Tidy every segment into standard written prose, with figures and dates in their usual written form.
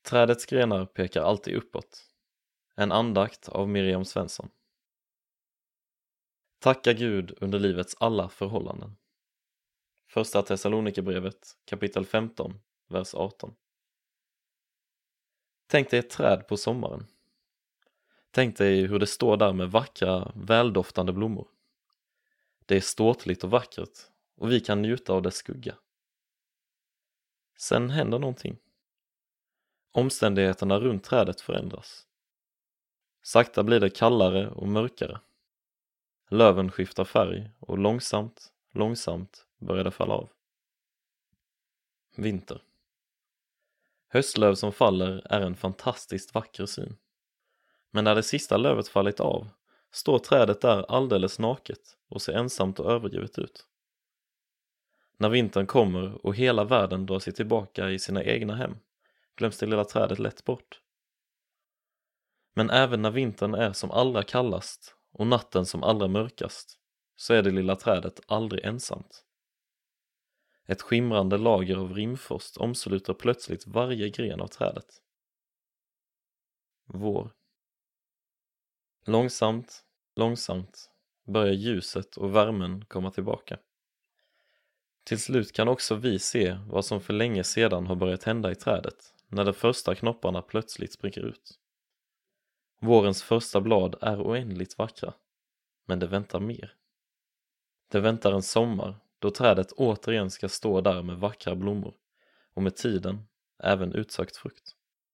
Trädets grenar pekar alltid uppåt. En andakt av Miriam Svensson. Tacka Gud under livets alla förhållanden. Första Thessalonikerbrevet, kapitel 15, vers 18. Tänk dig ett träd på sommaren. Tänk dig hur det står där med vackra, väldoftande blommor. Det är ståtligt och vackert och vi kan njuta av dess skugga. Sen händer någonting. Omständigheterna runt trädet förändras. Sakta blir det kallare och mörkare. Löven skiftar färg och långsamt börjar det falla av. Vinter. Höstlöv som faller är en fantastiskt vacker syn. Men när det sista lövet fallit av står trädet där alldeles naket och ser ensamt och övergivet ut. När vintern kommer och hela världen drar sig tillbaka i sina egna hem glöms det lilla trädet lätt bort. Men även när vintern är som allra kallast och natten som allra mörkast så är det lilla trädet aldrig ensamt. Ett skimrande lager av rimfrost omsluter plötsligt varje gren av trädet. Vår. Långsamt börjar ljuset och värmen komma tillbaka. Till slut kan också vi se vad som för länge sedan har börjat hända i trädet när de första knopparna plötsligt spricker ut. Vårens första blad är oändligt vackra, men det väntar mer. Det väntar en sommar då trädet återigen ska stå där med vackra blommor och med tiden även utsökt frukt.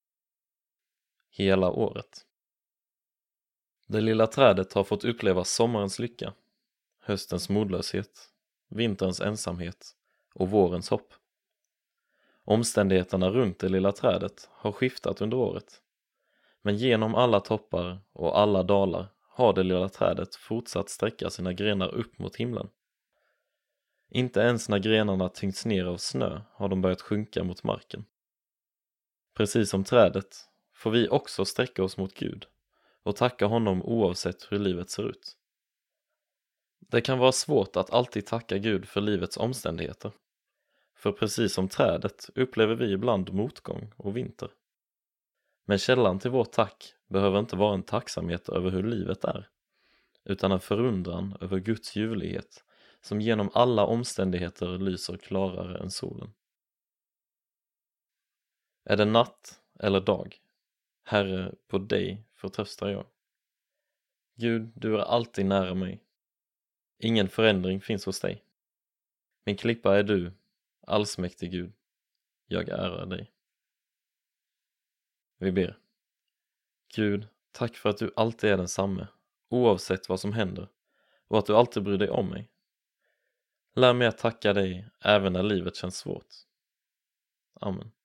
Hela året. Det lilla trädet har fått uppleva sommarens lycka, höstens modlöshet, vinterns ensamhet och vårens hopp. Omständigheterna runt det lilla trädet har skiftat under året, men genom alla toppar och alla dalar har det lilla trädet fortsatt sträcka sina grenar upp mot himlen. Inte ens när grenarna tyngts ner av snö har de börjat sjunka mot marken. Precis som trädet får vi också sträcka oss mot Gud och tacka honom oavsett hur livet ser ut. Det kan vara svårt att alltid tacka Gud för livets omständigheter. För precis som trädet upplever vi ibland motgång och vinter. Men källan till vårt tack behöver inte vara en tacksamhet över hur livet är, utan en förundran över Guds ljuvlighet som genom alla omständigheter lyser klarare än solen. Är det natt eller dag? Herre, på dig förtröstar jag. Gud, du är alltid nära mig. Ingen förändring finns hos dig. Min klippa är du, allsmäktig Gud. Jag ärar dig. Vi ber. Gud, tack för att du alltid är densamme, oavsett vad som händer, och att du alltid bryr dig om mig. Lär mig att tacka dig även när livet känns svårt. Amen.